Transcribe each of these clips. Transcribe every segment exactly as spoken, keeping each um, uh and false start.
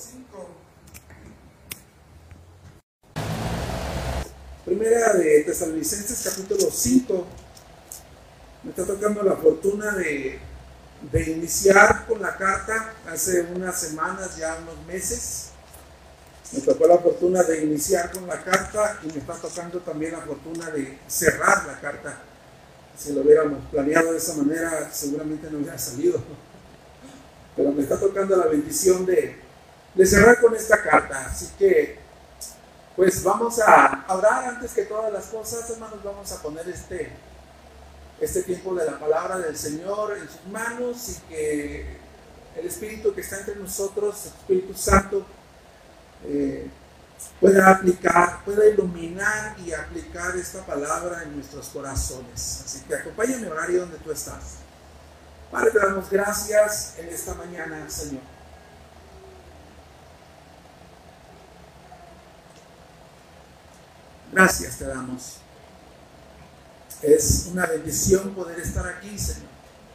cinco. Primera de Tesalonicenses capítulo cinco. Me está tocando la fortuna de, de iniciar con la carta hace unas semanas, ya unos meses. Me tocó la fortuna de iniciar con la carta y me está tocando también la fortuna de cerrar la carta. Si lo hubiéramos planeado de esa manera, seguramente no hubiera salido. Pero me está tocando la bendición de, de cerrar con esta carta. Así que, pues vamos a orar antes que todas las cosas, hermanos. Vamos a poner este, este tiempo de la palabra del Señor en sus manos y que el Espíritu que está entre nosotros, el Espíritu Santo, eh, pueda aplicar, pueda iluminar y aplicar esta palabra en nuestros corazones. Así que acompáñame a orar ahí donde tú estás. Padre, te damos gracias en esta mañana, Señor. Gracias te damos. Es una bendición poder estar aquí, Señor.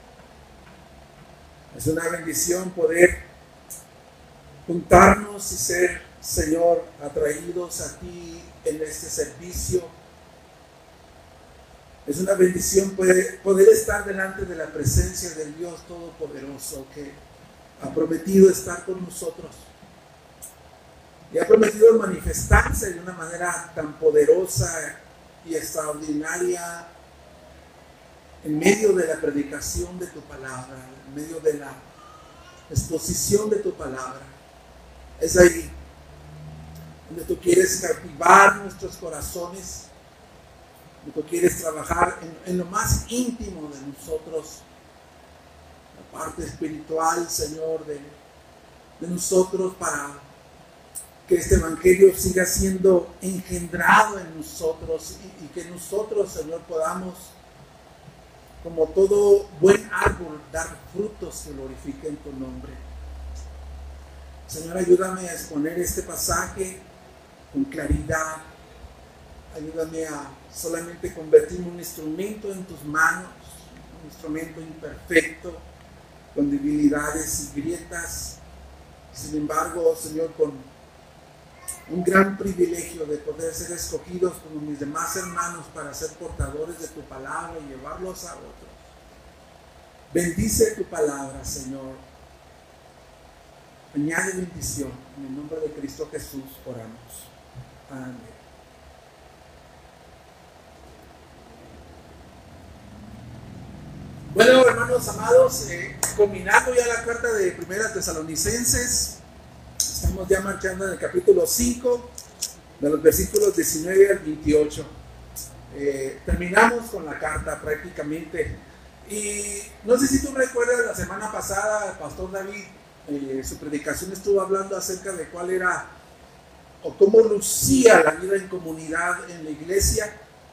Es una bendición poder juntarnos y ser, Señor, atraídos a ti en este servicio. Es una bendición poder, poder estar delante de la presencia del Dios Todopoderoso que ha prometido estar con nosotros y ha prometido manifestarse de una manera tan poderosa y extraordinaria en medio de la predicación de tu palabra, en medio de la exposición de tu palabra. Es ahí donde tú quieres cautivar nuestros corazones, donde tú quieres trabajar en, en lo más íntimo de nosotros, la parte espiritual, Señor, de, de nosotros, para que este evangelio siga siendo engendrado en nosotros y, y que nosotros, Señor, podamos, como todo buen árbol, dar frutos que glorifiquen tu nombre. Señor, ayúdame a exponer este pasaje con claridad. Ayúdame a solamente convertirme en un instrumento en tus manos, un instrumento imperfecto, con debilidades y grietas. Sin embargo, Señor, con un gran privilegio de poder ser escogidos como mis demás hermanos para ser portadores de tu palabra y llevarlos a otros. Bendice tu palabra, Señor. Añade bendición. En el nombre de Cristo Jesús oramos. Amén. Bueno, hermanos amados, eh, combinando ya la carta de Primera Tesalonicenses, estamos ya marchando en el capítulo cinco, de los versículos diecinueve al veintiocho. Eh, terminamos con la carta prácticamente. Y no sé si tú recuerdas, la semana pasada el pastor David, eh, su predicación estuvo hablando acerca de cuál era o cómo lucía la vida en comunidad en la iglesia.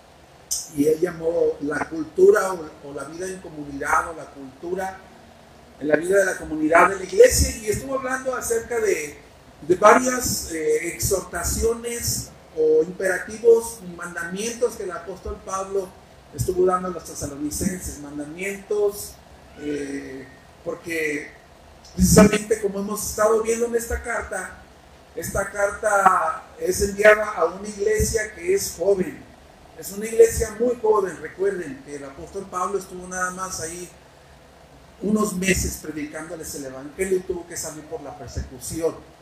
Y él llamó la cultura o, o la vida en comunidad o la cultura en la vida de la comunidad de la iglesia. Y estuvo hablando acerca de de varias eh, exhortaciones o imperativos, mandamientos que el apóstol Pablo estuvo dando a los tesalonicenses, mandamientos, eh, porque precisamente como hemos estado viendo en esta carta, esta carta es enviada a una iglesia que es joven, es una iglesia muy joven. Recuerden que el apóstol Pablo estuvo nada más ahí unos meses predicándoles el evangelio y tuvo que salir por la persecución.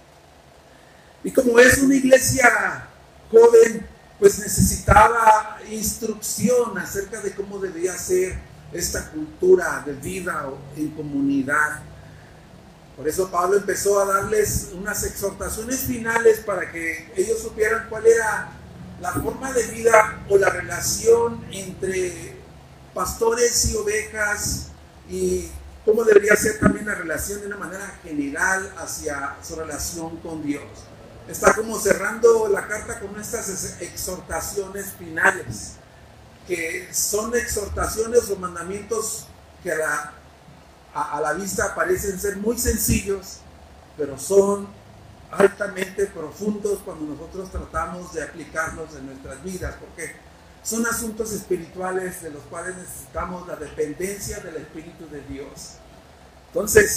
Y como es una iglesia joven, pues necesitaba instrucción acerca de cómo debía ser esta cultura de vida en comunidad. Por eso Pablo empezó a darles unas exhortaciones finales para que ellos supieran cuál era la forma de vida o la relación entre pastores y ovejas y cómo debería ser también la relación de una manera general hacia su relación con Dios. Está como cerrando la carta con estas exhortaciones finales, que son exhortaciones o mandamientos que a la, a, a la vista parecen ser muy sencillos, pero son altamente profundos cuando nosotros tratamos de aplicarlos en nuestras vidas, porque son asuntos espirituales de los cuales necesitamos la dependencia del Espíritu de Dios. Entonces,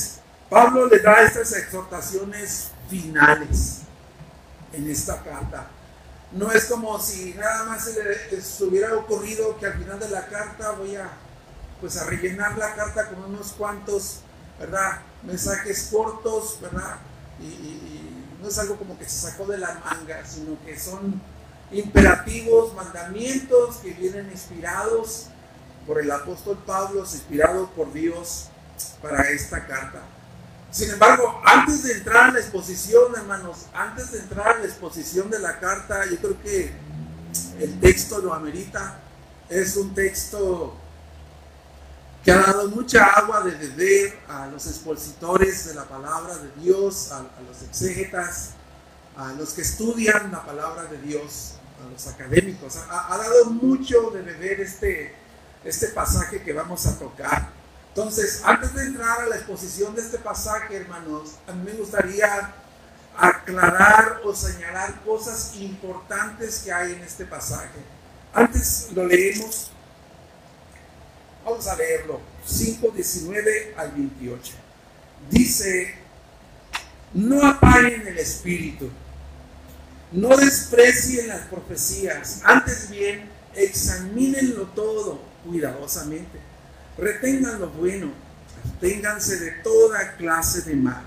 Pablo le da estas exhortaciones finales en esta carta. No es como si nada más se le se hubiera ocurrido que al final de la carta voy a, pues, a rellenar la carta con unos cuantos, ¿verdad?, mensajes cortos, ¿verdad? Y, y, y no es algo como que se sacó de la manga, sino que son imperativos, mandamientos que vienen inspirados por el apóstol Pablo, inspirados por Dios para esta carta. Sin embargo, antes de entrar a la exposición, hermanos, antes de entrar a la exposición de la carta, yo creo que el texto lo amerita. Es un texto que ha dado mucha agua de beber a los expositores de la palabra de Dios, a, a los exégetas, a los que estudian la palabra de Dios, a los académicos. Ha, ha dado mucho de beber este, este pasaje que vamos a tocar. Entonces, antes de entrar a la exposición de este pasaje, hermanos, a mí me gustaría aclarar o señalar cosas importantes que hay en este pasaje. Antes lo leemos. Vamos a leerlo, cinco, diecinueve al veintiocho. Dice: no apaguen el espíritu, no desprecien las profecías, antes bien, examínenlo todo cuidadosamente, retengan lo bueno, absténganse de toda clase de mal.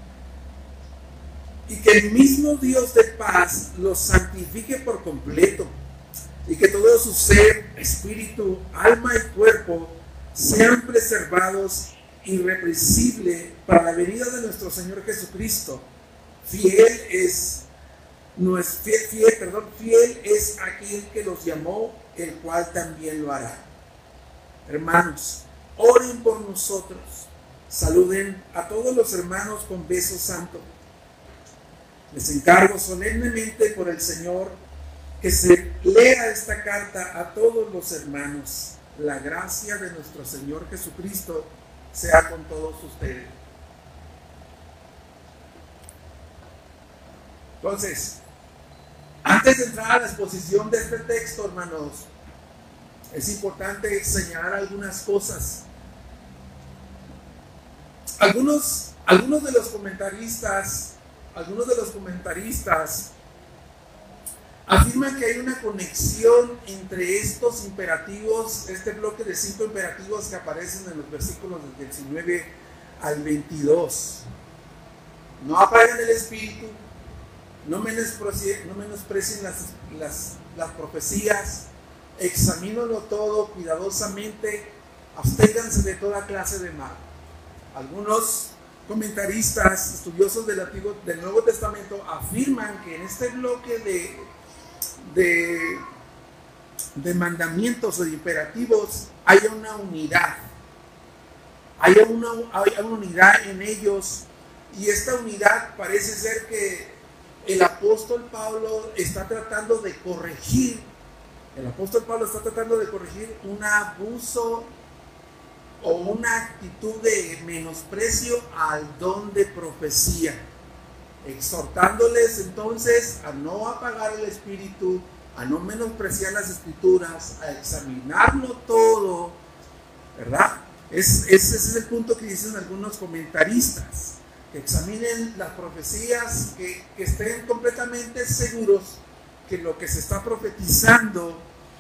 Y que el mismo Dios de paz los santifique por completo, y que todo su ser, espíritu, alma y cuerpo sean preservados irrepresible para la venida de nuestro Señor Jesucristo. Fiel es, no es fiel, fiel, perdón, fiel es aquel que los llamó, el cual también lo hará. Hermanos, oren por nosotros, saluden a todos los hermanos con beso santo. Les encargo solemnemente por el Señor que se lea esta carta a todos los hermanos. La gracia de nuestro Señor Jesucristo sea con todos ustedes. Entonces, antes de entrar a la exposición de este texto, hermanos, es importante señalar algunas cosas. Algunos, algunos de los comentaristas, algunos de los comentaristas afirman que hay una conexión entre estos imperativos, este bloque de cinco imperativos que aparecen en los versículos del diecinueve al veintidós. No apaguen el espíritu, no menosprecien, no menosprecien las, las, las profecías, examínenlo todo cuidadosamente, absténganse de toda clase de mal. Algunos comentaristas, estudiosos del, Antiguo, del Nuevo Testamento, afirman que en este bloque de, de, de mandamientos o de imperativos hay una unidad. Hay una, hay una unidad en ellos, y esta unidad parece ser que el apóstol Pablo está tratando de corregir, el apóstol Pablo está tratando de corregir un abuso o una actitud de menosprecio al don de profecía, exhortándoles entonces a no apagar el espíritu, a no menospreciar las escrituras, a examinarlo todo, ¿verdad? Es, ese es el punto que dicen algunos comentaristas, que examinen las profecías, que, que estén completamente seguros que lo que se está profetizando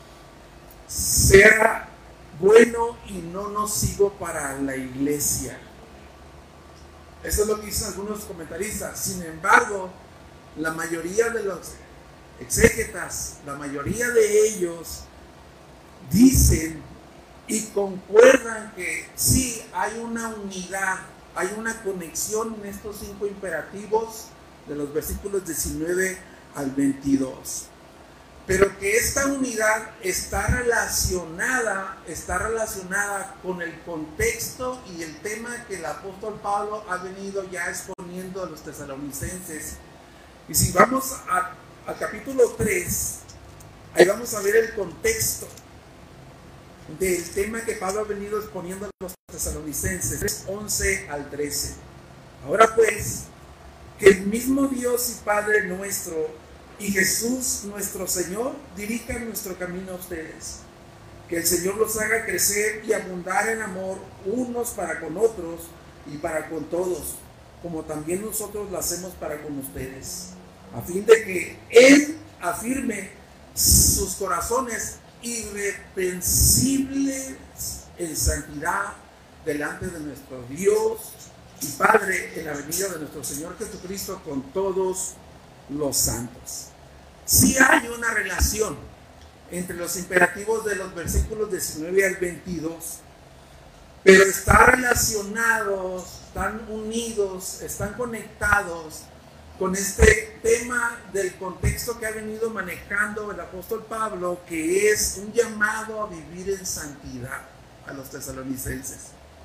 sea bueno y no nocivo para la iglesia. Eso es lo que dicen algunos comentaristas. Sin embargo, la mayoría de los exégetas, la mayoría de ellos dicen y concuerdan que sí hay una unidad, hay una conexión en estos cinco imperativos de los versículos diecinueve al veintidós. Pero que esta unidad está relacionada, está relacionada con el contexto y el tema que el apóstol Pablo ha venido ya exponiendo a los tesalonicenses. Y si vamos a, al capítulo tres, ahí vamos a ver el contexto del tema que Pablo ha venido exponiendo a los tesalonicenses, once al trece. Ahora pues, que el mismo Dios y Padre nuestro y Jesús nuestro Señor dirijan nuestro camino a ustedes. Que el Señor los haga crecer y abundar en amor unos para con otros y para con todos, como también nosotros lo hacemos para con ustedes, a fin de que Él afirme sus corazones irreprensibles en santidad delante de nuestro Dios y Padre en la venida de nuestro Señor Jesucristo con todos los santos. Sí hay una relación entre los imperativos de los versículos diecinueve al veintidós, pero están relacionados, están unidos, están conectados con este tema del contexto que ha venido manejando el apóstol Pablo, que es un llamado a vivir en santidad a los tesalonicenses.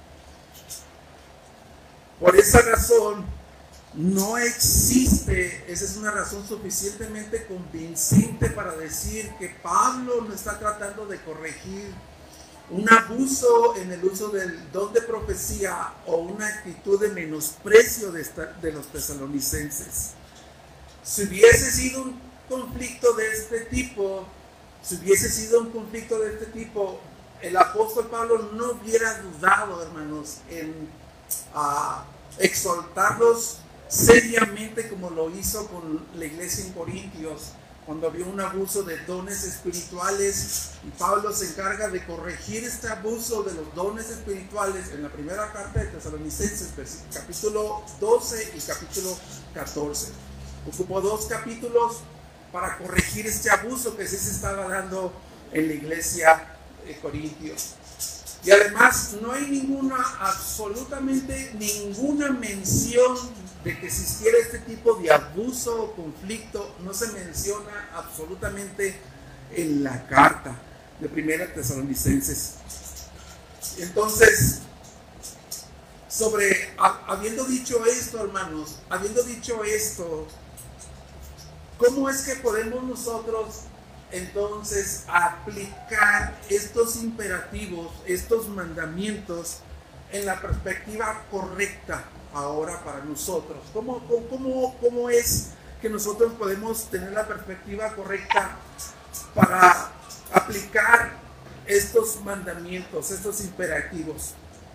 Por esa razón, no existe, esa es una razón suficientemente convincente para decir que Pablo no está tratando de corregir un abuso en el uso del don de profecía o una actitud de menosprecio de, esta, de los tesalonicenses. Si hubiese sido un conflicto de este tipo, si hubiese sido un conflicto de este tipo, el apóstol Pablo no hubiera dudado, hermanos, en uh, exhortarlos seriamente como lo hizo con la iglesia en Corintios, cuando había un abuso de dones espirituales, y Pablo se encarga de corregir este abuso de los dones espirituales en la primera carta de Tesalonicenses, capítulo doce y capítulo catorce. Ocupó dos capítulos para corregir este abuso que sí se estaba dando en la iglesia de Corintios. Y además no hay ninguna, absolutamente ninguna mención de que existiera este tipo de abuso o conflicto, no se menciona absolutamente en la carta de Primera Tesalonicenses. Entonces, sobre, habiendo dicho esto, hermanos, habiendo dicho esto, ¿cómo es que podemos nosotros entonces aplicar estos imperativos, estos mandamientos en la perspectiva correcta ahora para nosotros? ¿Cómo, cómo, cómo es que nosotros podemos tener la perspectiva correcta para aplicar estos mandamientos, estos imperativos?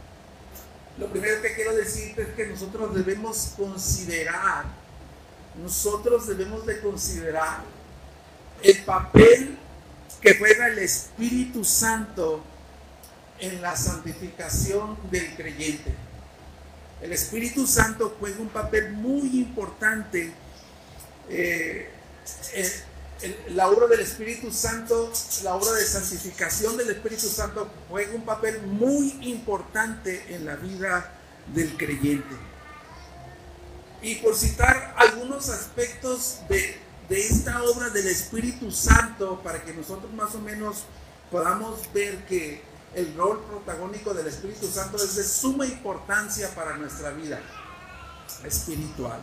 Lo primero que quiero decirte es que nosotros debemos considerar, nosotros debemos de considerar el papel que juega el Espíritu Santo en la santificación del creyente. El Espíritu Santo juega un papel muy importante. Eh, el, el, la obra del Espíritu Santo, la obra de santificación del Espíritu Santo juega un papel muy importante en la vida del creyente. Y por citar algunos aspectos de de esta obra del Espíritu Santo, para que nosotros más o menos podamos ver que el rol protagónico del Espíritu Santo es de suma importancia para nuestra vida espiritual.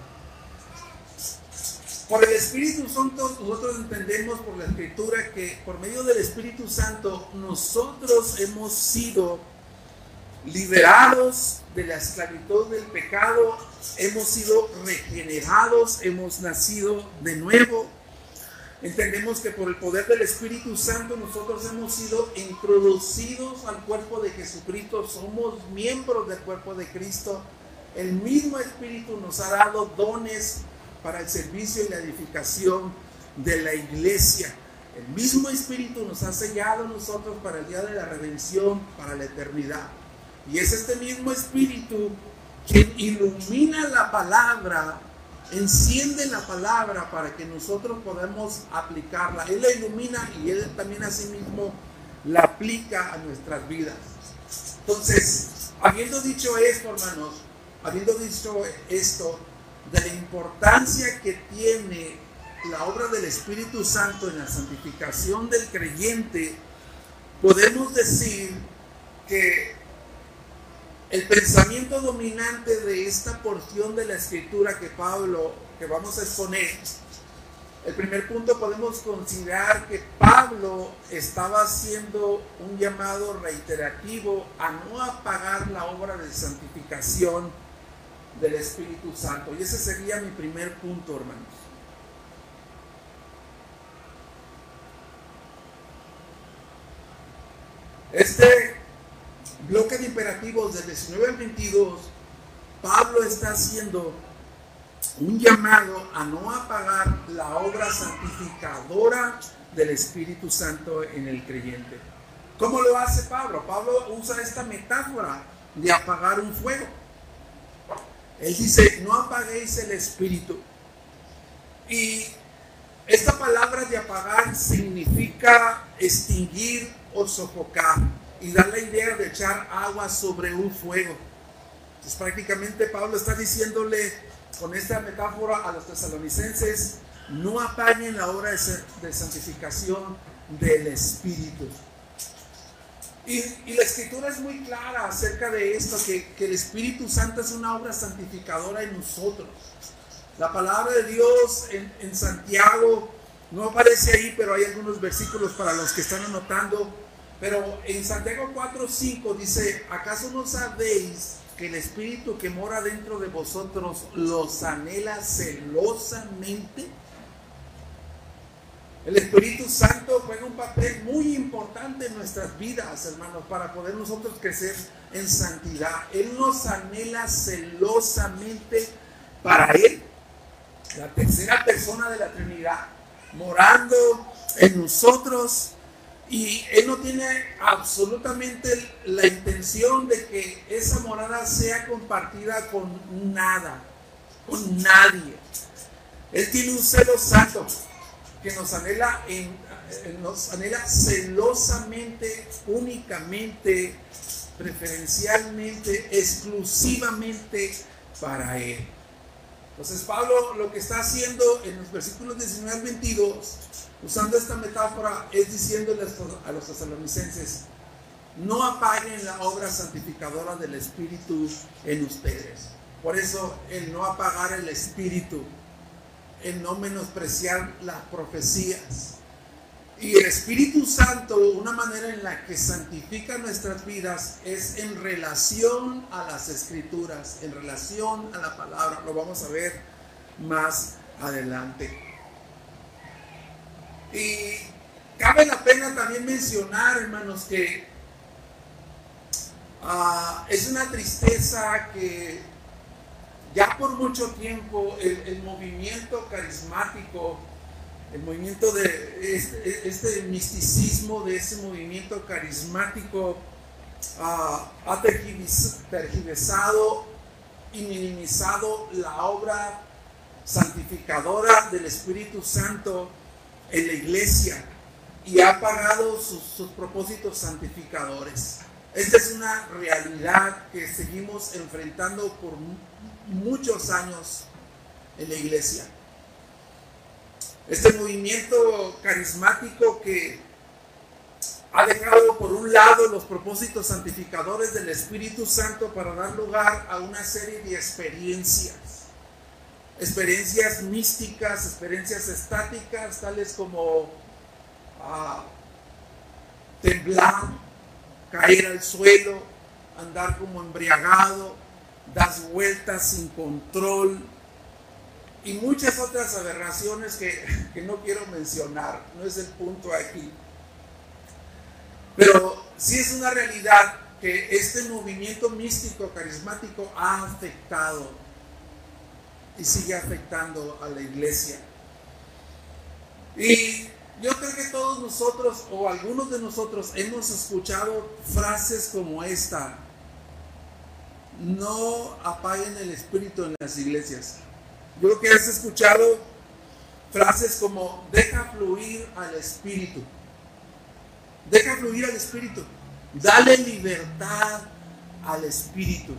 Por el Espíritu Santo nosotros entendemos por la Escritura que por medio del Espíritu Santo nosotros hemos sido liberados de la esclavitud del pecado, hemos sido regenerados, hemos nacido de nuevo. Entendemos que por el poder del Espíritu Santo nosotros hemos sido introducidos al cuerpo de Jesucristo, somos miembros del cuerpo de Cristo. El mismo Espíritu nos ha dado dones para el servicio y la edificación de la iglesia. El mismo Espíritu nos ha sellado a nosotros para el día de la redención, para la eternidad. Y es este mismo Espíritu quien ilumina la palabra, enciende la palabra para que nosotros podamos aplicarla. Él la ilumina y Él también a sí mismo la aplica a nuestras vidas. Entonces, habiendo dicho esto, hermanos, habiendo dicho esto, de la importancia que tiene la obra del Espíritu Santo en la santificación del creyente, podemos decir que el pensamiento dominante de esta porción de la Escritura que Pablo, que vamos a exponer, el primer punto podemos considerar que Pablo estaba haciendo un llamado reiterativo a no apagar la obra de santificación del Espíritu Santo. Y ese sería mi primer punto, hermanos. Este bloque de imperativos del diecinueve al veintidós Pablo está haciendo un llamado a no apagar la obra santificadora del Espíritu Santo en el creyente. ¿Cómo lo hace Pablo? Pablo usa esta metáfora de apagar un fuego. Él dice, no apaguéis el Espíritu. Y esta palabra de apagar significa extinguir o sofocar, y da la idea de echar agua sobre un fuego. Entonces prácticamente Pablo está diciéndole con esta metáfora a los tesalonicenses, no apaguen la obra de santificación del Espíritu. Y, y la Escritura es muy clara acerca de esto, que, que el Espíritu Santo es una obra santificadora en nosotros. La palabra de Dios en, en Santiago, no aparece ahí, pero hay algunos versículos para los que están anotando. Pero en Santiago cuatro cinco dice, ¿acaso no sabéis que el Espíritu que mora dentro de vosotros los anhela celosamente? El Espíritu Santo juega un papel muy importante en nuestras vidas, hermanos, para poder nosotros crecer en santidad. Él nos anhela celosamente para Él, la tercera persona de la Trinidad, morando en nosotros. Y Él no tiene absolutamente la intención de que esa morada sea compartida con nada, con nadie. Él tiene un celo santo que nos anhela, en, nos anhela celosamente, únicamente, preferencialmente, exclusivamente para Él. Entonces Pablo lo que está haciendo en los versículos diecinueve al veintidós, usando esta metáfora, es diciéndole a los tesalonicenses, no apaguen la obra santificadora del Espíritu en ustedes. Por eso el no apagar el Espíritu, el no menospreciar las profecías. Y el Espíritu Santo, una manera en la que santifica nuestras vidas es en relación a las Escrituras, en relación a la palabra. Lo vamos a ver más adelante. Y cabe la pena también mencionar, hermanos, que uh, es una tristeza que ya por mucho tiempo el, el movimiento carismático, el movimiento de este, este misticismo de ese movimiento carismático uh, ha tergiversado y minimizado la obra santificadora del Espíritu Santo en la iglesia y ha apagado sus, sus propósitos santificadores. Esta es una realidad que seguimos enfrentando por muchos años en la iglesia. Este movimiento carismático que ha dejado por un lado los propósitos santificadores del Espíritu Santo para dar lugar a una serie de experiencias. Experiencias místicas, experiencias estáticas, tales como uh, temblar, caer al suelo, andar como embriagado, dar vueltas sin control y muchas otras aberraciones que, que no quiero mencionar, no es el punto aquí. Pero sí es una realidad que este movimiento místico carismático ha afectado y sigue afectando a la iglesia. Y yo creo que todos nosotros o algunos de nosotros hemos escuchado frases como esta: no apaguen el espíritu en las iglesias. Yo creo que has escuchado frases como deja fluir al espíritu, deja fluir al espíritu, dale libertad al espíritu.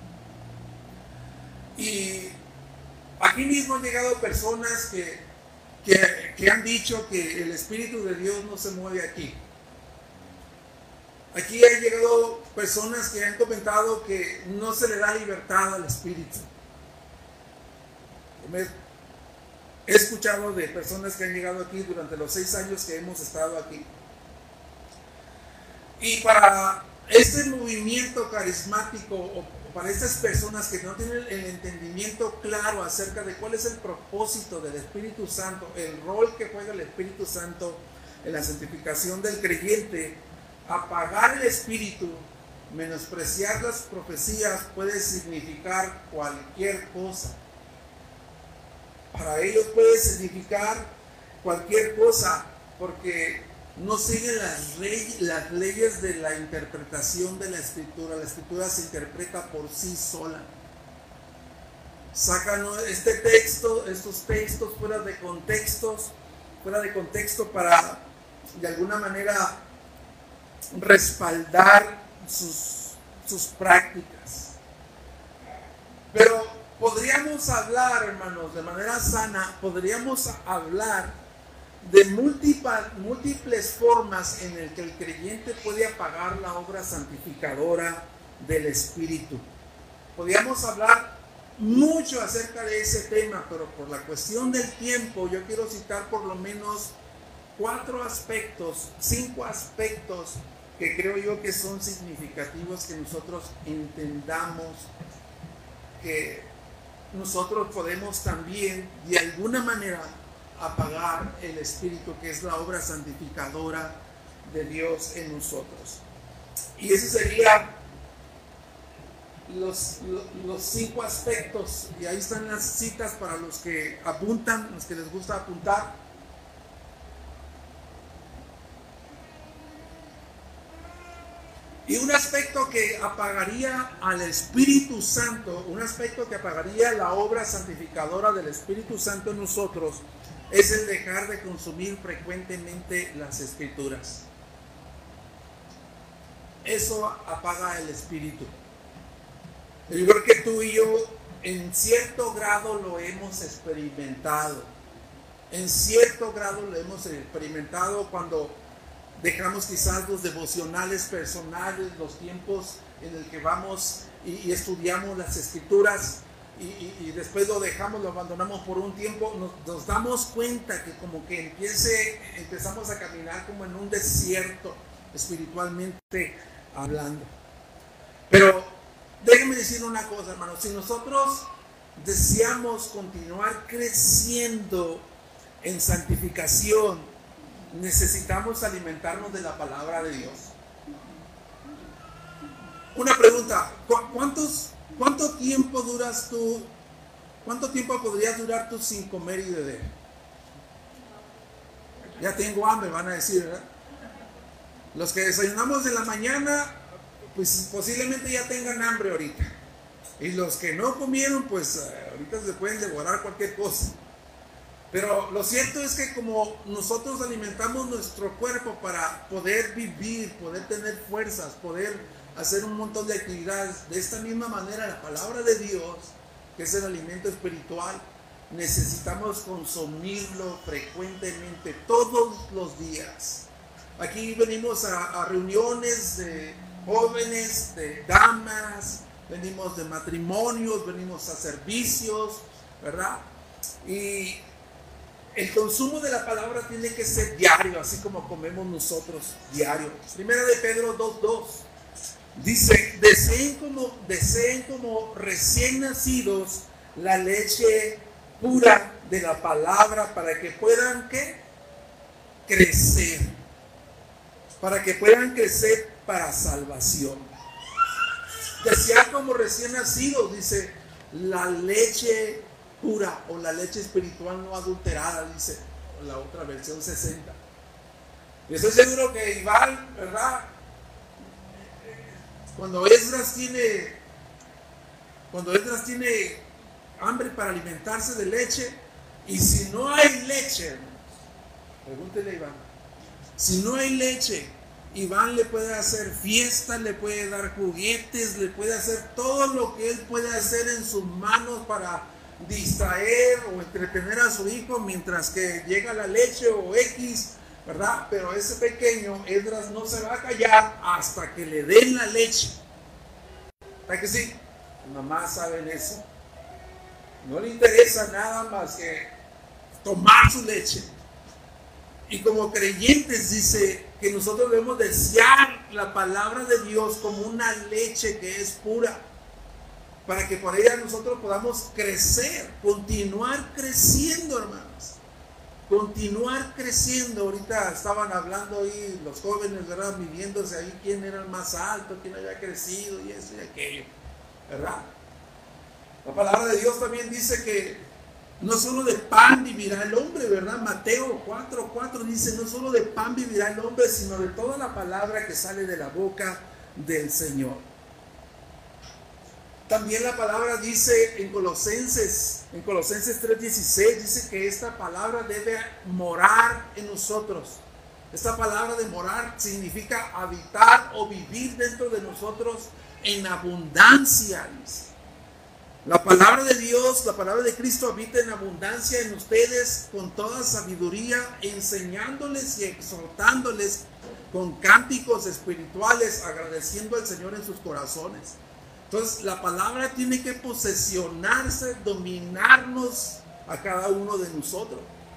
Y aquí mismo han llegado personas que, que, que han dicho que el Espíritu de Dios no se mueve aquí. Aquí han llegado personas que han comentado que no se le da libertad al Espíritu. He escuchado de personas que han llegado aquí durante los seis años que hemos estado aquí. Y para este movimiento carismático o para estas personas que no tienen el entendimiento claro acerca de cuál es el propósito del Espíritu Santo, el rol que juega el Espíritu Santo en la santificación del creyente, apagar el Espíritu menospreciar las profecías puede significar cualquier cosa. Para ellos puede significar cualquier cosa, porque no siguen las, ley, las leyes de la interpretación de la escritura. La escritura se interpreta por sí sola. Sacan este texto, estos textos fuera de contextos, fuera de contexto para de alguna manera respaldar sus, sus prácticas. Pero podríamos hablar, hermanos, de manera sana, podríamos hablar de múltiples, múltiples formas en el que el creyente puede apagar la obra santificadora del Espíritu. Podríamos hablar mucho acerca de ese tema, pero por la cuestión del tiempo yo quiero citar por lo menos cuatro aspectos, cinco aspectos que creo yo que son significativos, que nosotros entendamos que nosotros podemos también de alguna manera apagar el Espíritu, que es la obra santificadora de Dios en nosotros. Y ese sería Los, los cinco aspectos, y ahí están las citas para los que apuntan, los que les gusta apuntar. Y un aspecto que apagaría al Espíritu Santo, un aspecto que apagaría la obra santificadora del Espíritu Santo en nosotros, es el dejar de consumir frecuentemente las Escrituras. Eso apaga el Espíritu. Yo creo que tú y yo en cierto grado lo hemos experimentado. En cierto grado lo hemos experimentado cuando dejamos quizás los devocionales personales, los tiempos en el que vamos y, y estudiamos las Escrituras y, y, y después lo dejamos, lo abandonamos por un tiempo. Nos, nos damos cuenta que como que empiece, empezamos a caminar como en un desierto espiritualmente hablando. Pero déjenme decir una cosa, hermanos, si nosotros deseamos continuar creciendo en santificación, necesitamos alimentarnos de la palabra de Dios. Una pregunta, ¿cuántos, ¿cuánto tiempo duras tú, cuánto tiempo podrías durar tú sin comer y beber? Ya tengo hambre, van a decir, ¿verdad? Los que desayunamos en la mañana, pues posiblemente ya tengan hambre ahorita. Y los que no comieron, pues ahorita se pueden devorar cualquier cosa. Pero lo cierto es que como nosotros alimentamos nuestro cuerpo para poder vivir, poder tener fuerzas, poder hacer un montón de actividades, de esta misma manera la palabra de Dios, que es el alimento espiritual, necesitamos consumirlo frecuentemente, todos los días. Aquí venimos a, a reuniones de jóvenes, de damas, venimos de matrimonios, venimos a servicios, ¿verdad? Y el consumo de la palabra tiene que ser diario, así como comemos nosotros diario. Primera de Pedro dos dos dice: deseen como, deseen como recién nacidos la leche pura de la palabra para que puedan ¿qué? crecer, para que puedan crecer para salvación. Desear como recién nacidos, dice, la leche pura o la leche espiritual no adulterada, dice la otra versión sesenta. Y estoy seguro que Iván, ¿verdad? Cuando Esdras tiene cuando Esdras tiene hambre para alimentarse de leche, y si no hay leche, hermanos, pregúntele a Iván, si no hay leche, Iván le puede hacer fiestas, le puede dar juguetes, le puede hacer todo lo que él puede hacer en sus manos para distraer o entretener a su hijo mientras que llega la leche o X, ¿verdad? Pero ese pequeño Esdras no se va a callar hasta que le den la leche. ¿Verdad que sí? Las mamás saben eso. No le interesa nada más que tomar su leche. Y como creyentes dice que nosotros debemos desear la palabra de Dios como una leche que es pura, para que por ella nosotros podamos crecer, continuar creciendo, hermanos. continuar creciendo. Ahorita estaban hablando ahí los jóvenes, ¿verdad? Midiéndose ahí quién era el más alto, quién había crecido y eso y aquello, ¿verdad? La palabra de Dios también dice que no solo de pan vivirá el hombre, ¿verdad? Mateo cuatro cuatro dice, no solo de pan vivirá el hombre, sino de toda la palabra que sale de la boca del Señor. También la palabra dice en Colosenses, en Colosenses tres dieciséis, dice que esta palabra debe morar en nosotros. Esta palabra de morar significa habitar o vivir dentro de nosotros en abundancia, dice. La palabra de Dios, la palabra de Cristo habita en abundancia en ustedes con toda sabiduría, enseñándoles y exhortándoles con cánticos espirituales, agradeciendo al Señor en sus corazones. Entonces, la palabra tiene que posesionarse, dominarnos a cada uno de nosotros.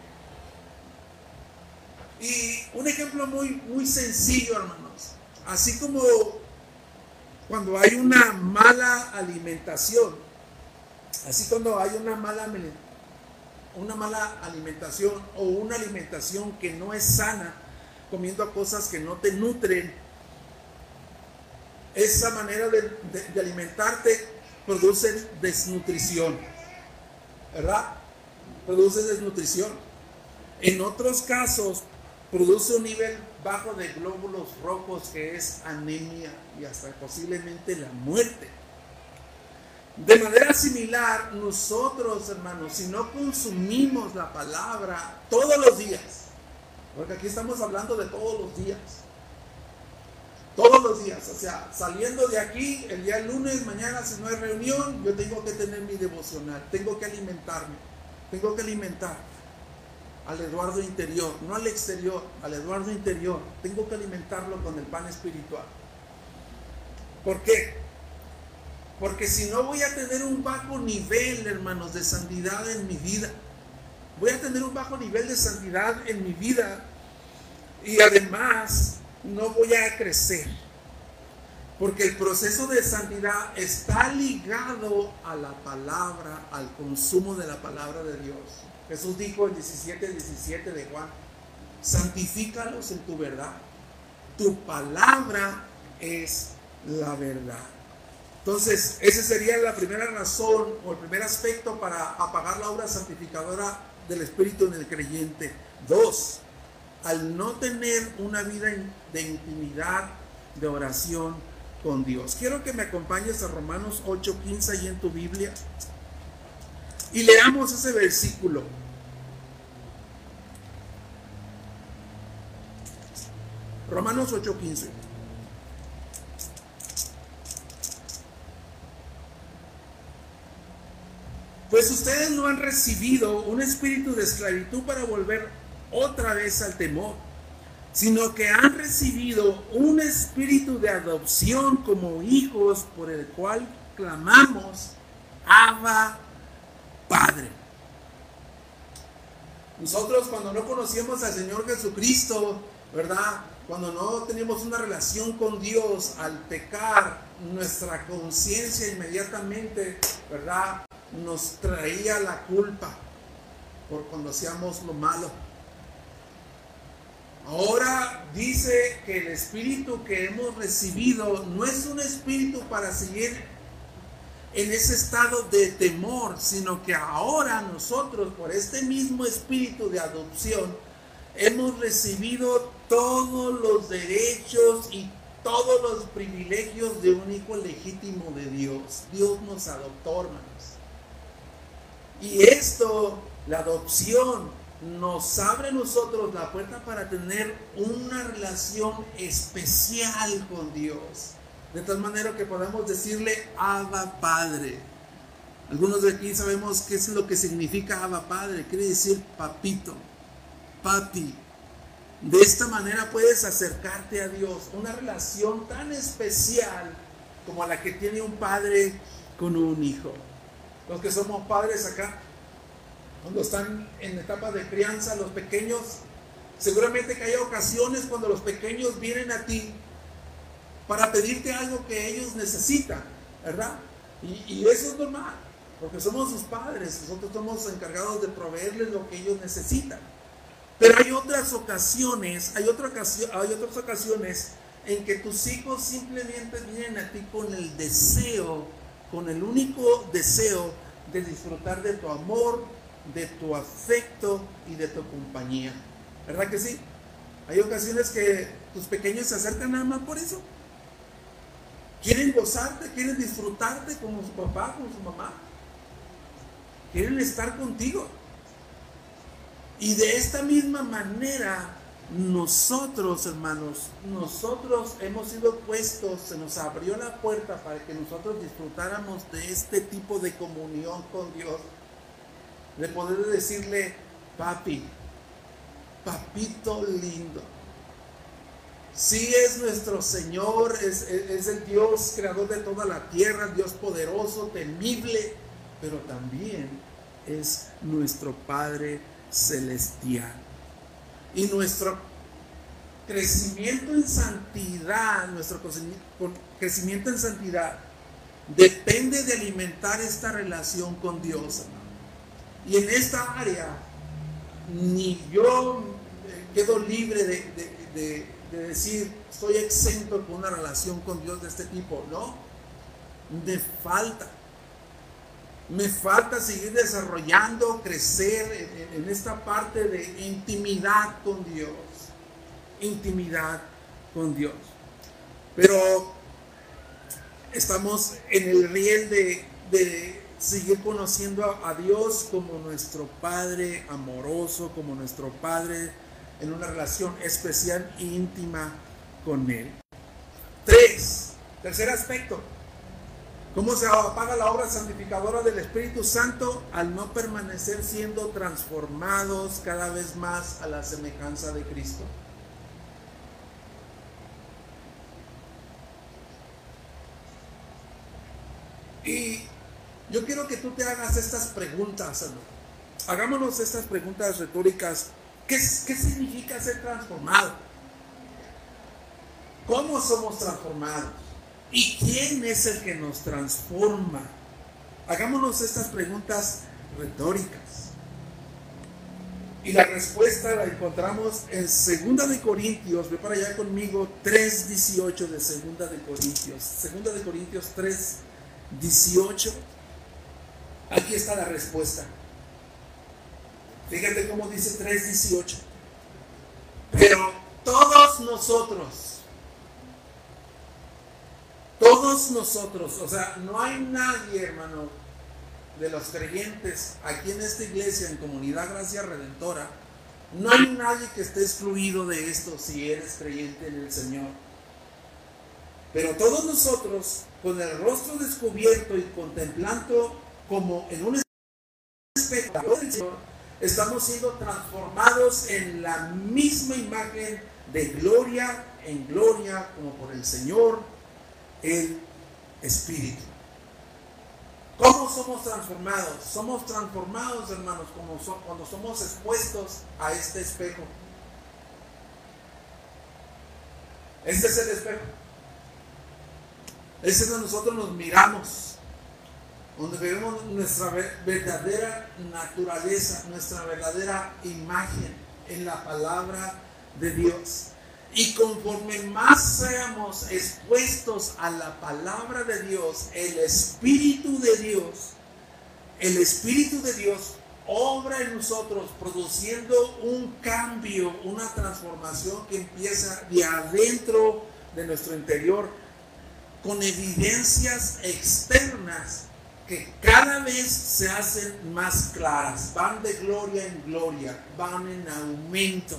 Y un ejemplo muy, muy sencillo, hermanos. Así como cuando hay una mala alimentación, así cuando hay una mala, una mala alimentación o una alimentación que no es sana, comiendo cosas que no te nutren, esa manera de, de, de alimentarte produce desnutrición, ¿verdad? Produce desnutrición. En otros casos, produce un nivel bajo de glóbulos rojos que es anemia y hasta posiblemente la muerte. De manera similar, nosotros, hermanos, si no consumimos la palabra todos los días, porque aquí estamos hablando de todos los días, todos los días, o sea, saliendo de aquí, el día lunes, mañana si no hay reunión, yo tengo que tener mi devocional, tengo que alimentarme, tengo que alimentar al Eduardo interior, no al exterior, al Eduardo interior, tengo que alimentarlo con el pan espiritual. ¿Por qué? Porque si no voy a tener un bajo nivel, hermanos, de santidad en mi vida, voy a tener un bajo nivel de santidad en mi vida y además no voy a crecer, porque el proceso de santidad está ligado a la palabra, al consumo de la palabra de Dios. Jesús dijo en diecisiete diecisiete de Juan, santifícalos en tu verdad, tu palabra es la verdad. Entonces, esa sería la primera razón o el primer aspecto para apagar la obra santificadora del Espíritu en el creyente. Dos, al no tener una vida de intimidad, de oración con Dios. Quiero que me acompañes a Romanos ocho quince ahí en tu Biblia y leamos ese versículo. Romanos ocho quince. Pues ustedes no han recibido un espíritu de esclavitud para volver otra vez al temor, sino que han recibido un espíritu de adopción como hijos, por el cual clamamos, Abba, Padre. Nosotros cuando no conocíamos al Señor Jesucristo, ¿verdad? Cuando no teníamos una relación con Dios, al pecar, nuestra conciencia inmediatamente, ¿verdad?, nos traía la culpa por cuando hacíamos lo malo. Ahora dice que el espíritu que hemos recibido no es un espíritu para seguir en ese estado de temor, sino que ahora nosotros, por este mismo espíritu de adopción, hemos recibido todos los derechos y todos los privilegios de un hijo legítimo de Dios. Dios nos adoptó, hermanos. Y esto, la adopción, nos abre a nosotros la puerta para tener una relación especial con Dios. De tal manera que podamos decirle Abba Padre. Algunos de aquí sabemos qué es lo que significa Abba Padre. Quiere decir papito, papi. De esta manera puedes acercarte a Dios. Una relación tan especial como la que tiene un padre con un hijo. Los que somos padres acá, cuando están en etapa de crianza, los pequeños, seguramente que hay ocasiones cuando los pequeños vienen a ti para pedirte algo que ellos necesitan, ¿verdad? Y, y eso es normal, porque somos sus padres, nosotros somos encargados de proveerles lo que ellos necesitan. Pero hay otras ocasiones, hay, otra ocasión, hay otras ocasiones en que tus hijos simplemente vienen a ti con el deseo, con el único deseo de disfrutar de tu amor, de tu afecto y de tu compañía. ¿Verdad que sí? Hay ocasiones que tus pequeños se acercan nada más por eso. Quieren gozarte, quieren disfrutarte como su papá, como su mamá. Quieren estar contigo. Y de esta misma manera, nosotros, hermanos, nosotros hemos sido puestos, se nos abrió la puerta para que nosotros disfrutáramos de este tipo de comunión con Dios. De poder decirle, papi, papito lindo. Sí es nuestro Señor, es, es, es el Dios creador de toda la tierra, Dios poderoso, temible, pero también es nuestro Padre celestial. Y nuestro crecimiento en santidad, nuestro crecimiento en santidad depende de alimentar esta relación con Dios, hermano. Y en esta área, ni yo quedo libre de, de, de, de decir, estoy exento con una relación con Dios de este tipo. No, me falta. Me falta seguir desarrollando, crecer en, en esta parte de intimidad con Dios. Intimidad con Dios. Pero estamos en el riel de, de seguir conociendo a, a Dios como nuestro Padre amoroso, como nuestro Padre en una relación especial e íntima con Él. Tres, tercer aspecto. ¿Cómo se apaga la obra santificadora del Espíritu Santo? Al no permanecer siendo transformados cada vez más a la semejanza de Cristo. Y yo quiero que tú te hagas estas preguntas, hermano. Hagámonos estas preguntas retóricas. ¿Qué, ¿Qué significa ser transformado? ¿Cómo somos transformados? ¿Y quién es el que nos transforma? Hagámonos estas preguntas retóricas. Y la respuesta la encontramos en segunda de Corintios. Ve para allá conmigo, tres dieciocho de segunda de Corintios. segunda de Corintios tres dieciocho. Aquí está la respuesta. Fíjate cómo dice tres dieciocho. Pero todos nosotros, todos nosotros, o sea, no hay nadie, hermano, de los creyentes aquí en esta iglesia, en Comunidad Gracia Redentora, no hay nadie que esté excluido de esto si eres creyente en el Señor. Pero todos nosotros, con el rostro descubierto y contemplando como en un espejo del Señor, estamos siendo transformados en la misma imagen de gloria en gloria, como por el Señor, el Espíritu. ¿Cómo somos transformados? Somos transformados, hermanos, como so, cuando somos expuestos a este espejo. Este es el espejo. Este es donde nosotros nos miramos, donde vemos nuestra verdadera naturaleza, nuestra verdadera imagen en la palabra de Dios. Y conforme más seamos expuestos a la palabra de Dios, el Espíritu de Dios, el Espíritu de Dios obra en nosotros, produciendo un cambio, una transformación que empieza de adentro de nuestro interior, con evidencias externas que cada vez se hacen más claras, van de gloria en gloria, van en aumento,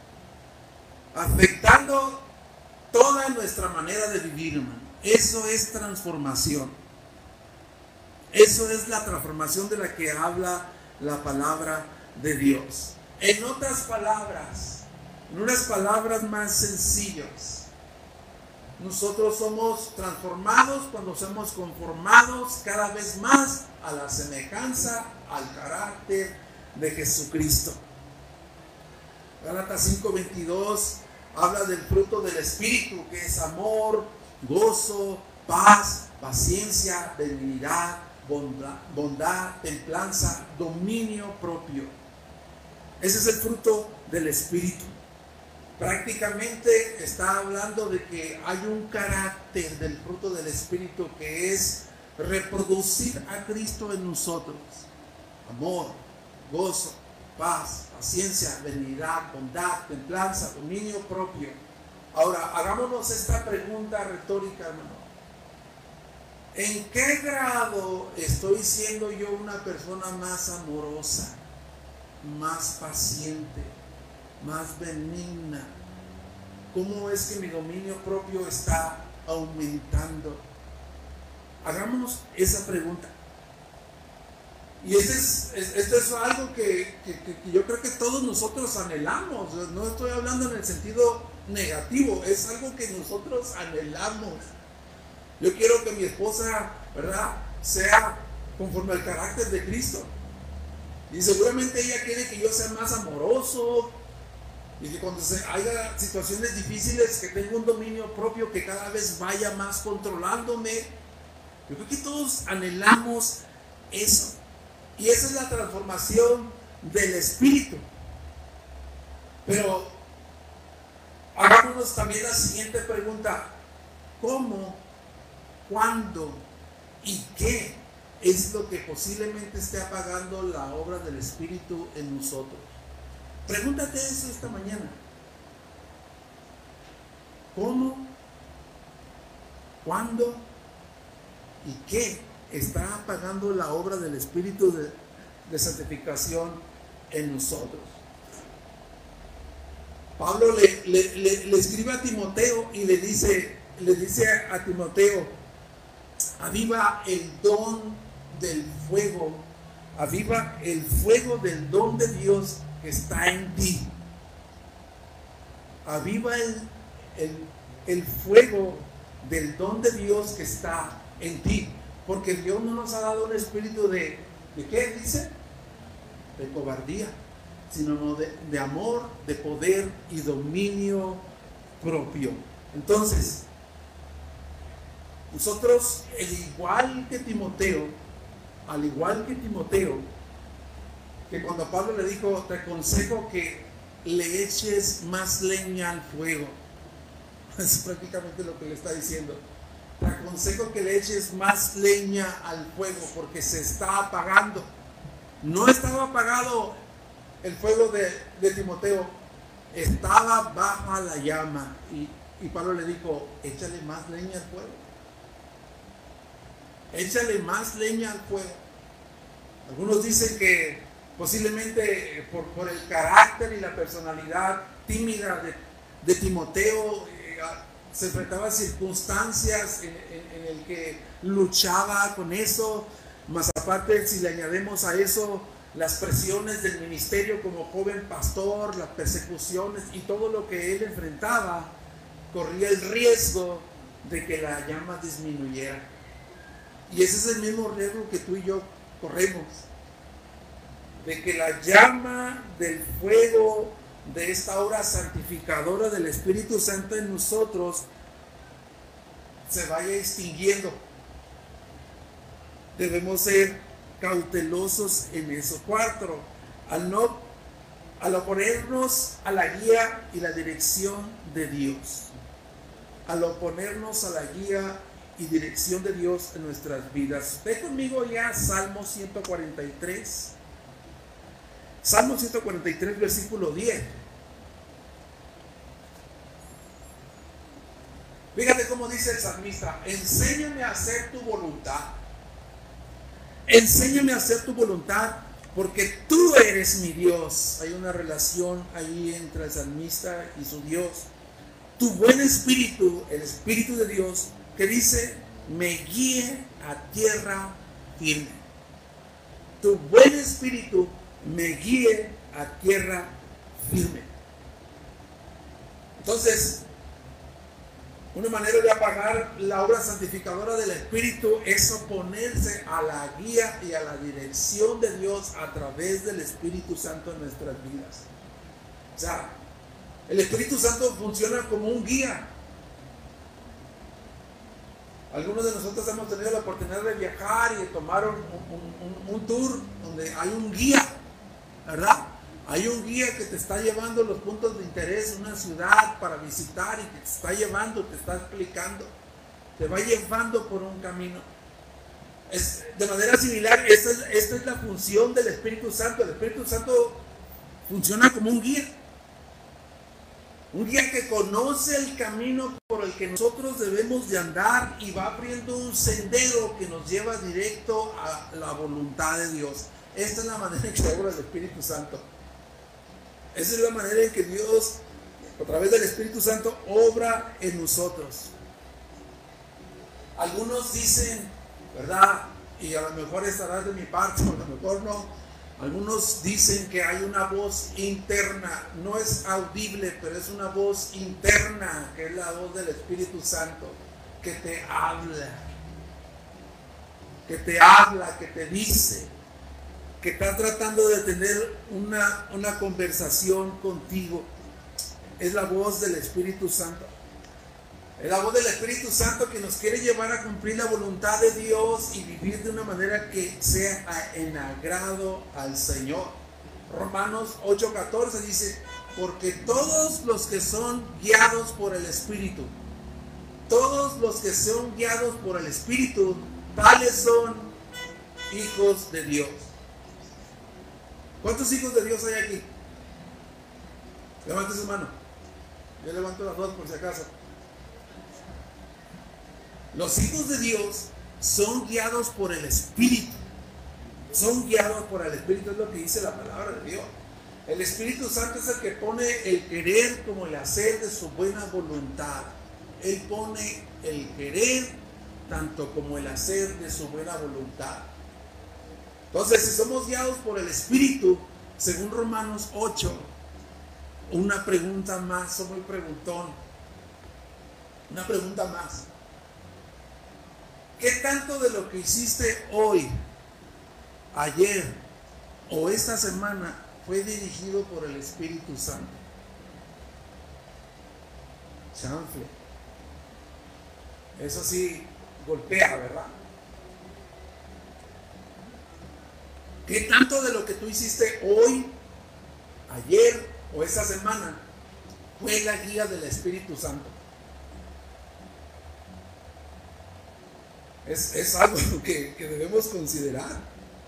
afectando toda nuestra manera de vivir, hermano. Eso es transformación. Eso es la transformación de la que habla la palabra de Dios. En otras palabras, en unas palabras más sencillas, nosotros somos transformados cuando somos conformados cada vez más a la semejanza, al carácter de Jesucristo. Gálatas cinco veintidós habla del fruto del Espíritu, que es amor, gozo, paz, paciencia, benignidad, bondad, bondad, templanza, dominio propio. Ese es el fruto del Espíritu. Prácticamente está hablando de que hay un carácter del fruto del Espíritu que es reproducir a Cristo en nosotros. Amor, gozo, paz, paciencia, benignidad, bondad, templanza, dominio propio. Ahora, hagámonos esta pregunta retórica, hermano. ¿En qué grado estoy siendo yo una persona más amorosa, más paciente, más benigna? ¿Cómo es que mi dominio propio está aumentando? Hagamos esa pregunta. Y esto es, esto es algo que, que, que yo creo que todos nosotros anhelamos. No estoy hablando en el sentido negativo, es algo que nosotros anhelamos. Yo quiero que mi esposa, ¿verdad?, sea conforme al carácter de Cristo. Y seguramente ella quiere que yo sea más amoroso, y que cuando se haya situaciones difíciles, que tenga un dominio propio, que cada vez vaya más controlándome. Yo creo que todos anhelamos eso. Y esa es la transformación del Espíritu. Pero hagámonos también la siguiente pregunta: ¿cómo, cuándo y qué es lo que posiblemente esté apagando la obra del Espíritu en nosotros? Pregúntate eso esta mañana. ¿Cómo, cuándo y qué está apagando la obra del Espíritu de, de santificación en nosotros? Pablo le, le, le, le escribe a Timoteo y le dice, le dice a Timoteo: aviva el don del fuego, aviva el fuego del don de Dios que está en ti. Aviva el, el, el fuego del don de Dios que está en ti. Porque Dios no nos ha dado un espíritu de, ¿de qué dice? De cobardía, sino de, de amor, de poder y dominio propio. Entonces, nosotros, al igual que Timoteo, al igual que Timoteo, que cuando Pablo le dijo: te aconsejo que le eches más leña al fuego, es prácticamente lo que le está diciendo. Te aconsejo que le eches más leña al fuego, porque se está apagando. No estaba apagado el fuego de, de Timoteo, estaba baja la llama. Y, y Pablo le dijo: échale más leña al fuego. Échale más leña al fuego. Algunos dicen que posiblemente por, por el carácter y la personalidad tímida de, de Timoteo, eh, se enfrentaba a circunstancias en, en, en el que luchaba con eso. Más aparte, si le añadimos a eso las presiones del ministerio como joven pastor, las persecuciones y todo lo que él enfrentaba, corría el riesgo de que la llama disminuyera. Y ese es el mismo riesgo que tú y yo corremos, de que la llama del fuego de esta obra santificadora del Espíritu Santo en nosotros se vaya extinguiendo. Debemos ser cautelosos en eso. Cuatro, al no al oponernos a la guía y la dirección de Dios. Al oponernos a la guía y dirección de Dios en nuestras vidas. Ve conmigo ya Salmo ciento cuarenta y tres. Salmo ciento cuarenta y tres, versículo diez. Fíjate cómo dice el salmista: enséñame a hacer tu voluntad. Enséñame a hacer tu voluntad, porque tú eres mi Dios. Hay una relación ahí entre el salmista y su Dios. Tu buen espíritu, el espíritu de Dios, que dice: me guíe a tierra firme. Tu buen espíritu me guíe a tierra firme. Entonces, una manera de apagar la obra santificadora del Espíritu es oponerse a la guía y a la dirección de Dios a través del Espíritu Santo en nuestras vidas. O sea, el Espíritu Santo funciona como un guía. Algunos de nosotros hemos tenido la oportunidad de viajar y de tomar un, un, un, un tour donde hay un guía, ¿verdad? Hay un guía que te está llevando los puntos de interés, una ciudad para visitar, y que te está llevando, te está explicando, te va llevando por un camino. Es, de manera similar, esta es, esta es la función del Espíritu Santo. El Espíritu Santo funciona como un guía. Un guía que conoce el camino por el que nosotros debemos de andar y va abriendo un sendero que nos lleva directo a la voluntad de Dios. Esta es la manera en que obra el Espíritu Santo. Esa es la manera en que Dios, a través del Espíritu Santo, obra en nosotros. Algunos dicen, ¿verdad? Y a lo mejor estará de mi parte, o a lo mejor no. Algunos dicen que hay una voz interna, no es audible, pero es una voz interna, que es la voz del Espíritu Santo, que te habla, que te habla, que te dice, que está tratando de tener una, una conversación contigo. Es la voz del Espíritu Santo. Es la voz del Espíritu Santo que nos quiere llevar a cumplir la voluntad de Dios y vivir de una manera que sea en agrado al Señor. Romanos ocho catorce dice, porque todos los que son guiados por el Espíritu, todos los que son guiados por el Espíritu, tales son hijos de Dios. ¿Cuántos hijos de Dios hay aquí? Levante su mano. Yo levanto las dos por si acaso. Los hijos de Dios son guiados por el Espíritu. Son guiados por el Espíritu, es lo que dice la palabra de Dios. El Espíritu Santo es el que pone el querer como el hacer de su buena voluntad. Él pone el querer tanto como el hacer de su buena voluntad. Entonces, si somos guiados por el Espíritu, según Romanos ocho, una pregunta más, soy muy preguntón. Una pregunta más. ¿Qué tanto de lo que hiciste hoy, ayer o esta semana fue dirigido por el Espíritu Santo? Chanfle. Eso sí golpea, ¿verdad? ¿Qué tanto de lo que tú hiciste hoy, ayer o esta semana fue la guía del Espíritu Santo? Es, es algo que, que debemos considerar.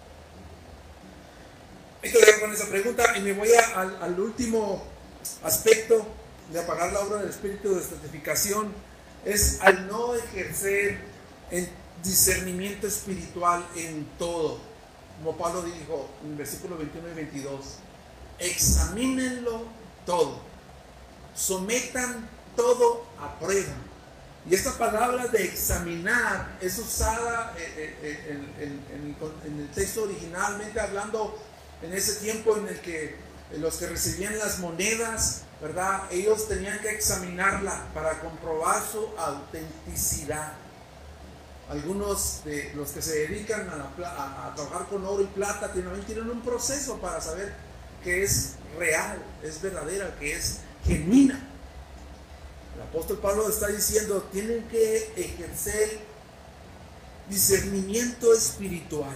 Hay que ver con esa pregunta y me voy a, al, al último aspecto de apagar la obra del Espíritu de santificación. Es al no ejercer el discernimiento espiritual en todo. Como Pablo dijo en el versículo veintiuno y veintidós, examínenlo todo, sometan todo a prueba. Y esta palabra de examinar es usada en, en, en, en el texto originalmente, hablando en ese tiempo en el que los que recibían las monedas, ¿verdad? Ellos tenían que examinarla para comprobar su autenticidad. Algunos de los que se dedican a, la, a, a trabajar con oro y plata tienen, tienen un proceso para saber que es real, es verdadera, que es genuina. El apóstol Pablo está diciendo, tienen que ejercer discernimiento espiritual.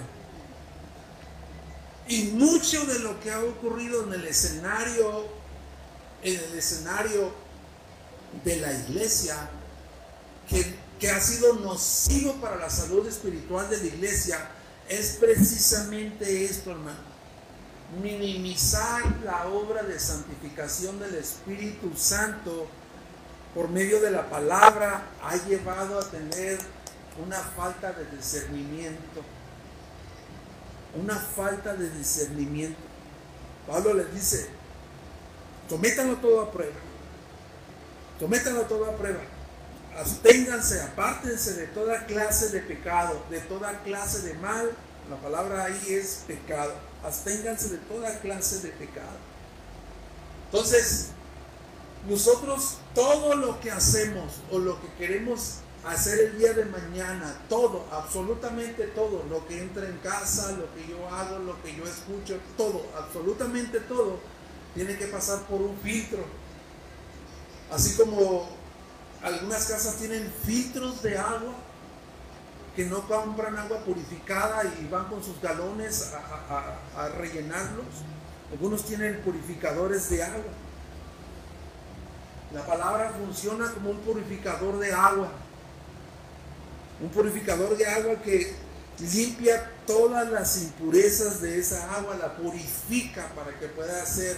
Y mucho de lo que ha ocurrido en el escenario, en el escenario de la iglesia, que que ha sido nocivo para la salud espiritual de la iglesia, es precisamente esto, hermano. Minimizar la obra de santificación del Espíritu Santo por medio de la palabra ha llevado a tener una falta de discernimiento. Una falta de discernimiento. Pablo les dice, sométanlo todo a prueba. Sométanlo todo a prueba. Absténganse, apártense de toda clase de pecado, de toda clase de mal. La palabra ahí es pecado. Absténganse de toda clase de pecado. Entonces, nosotros todo lo que hacemos o lo que queremos hacer el día de mañana, todo, absolutamente todo, lo que entra en casa, lo que yo hago, lo que yo escucho, todo, absolutamente todo, tiene que pasar por un filtro. Así como algunas casas tienen filtros de agua, que no compran agua purificada y van con sus galones a, a, a rellenarlos. Algunos tienen purificadores de agua. La palabra funciona como un purificador de agua. Un purificador de agua que limpia todas las impurezas de esa agua, la purifica para que pueda ser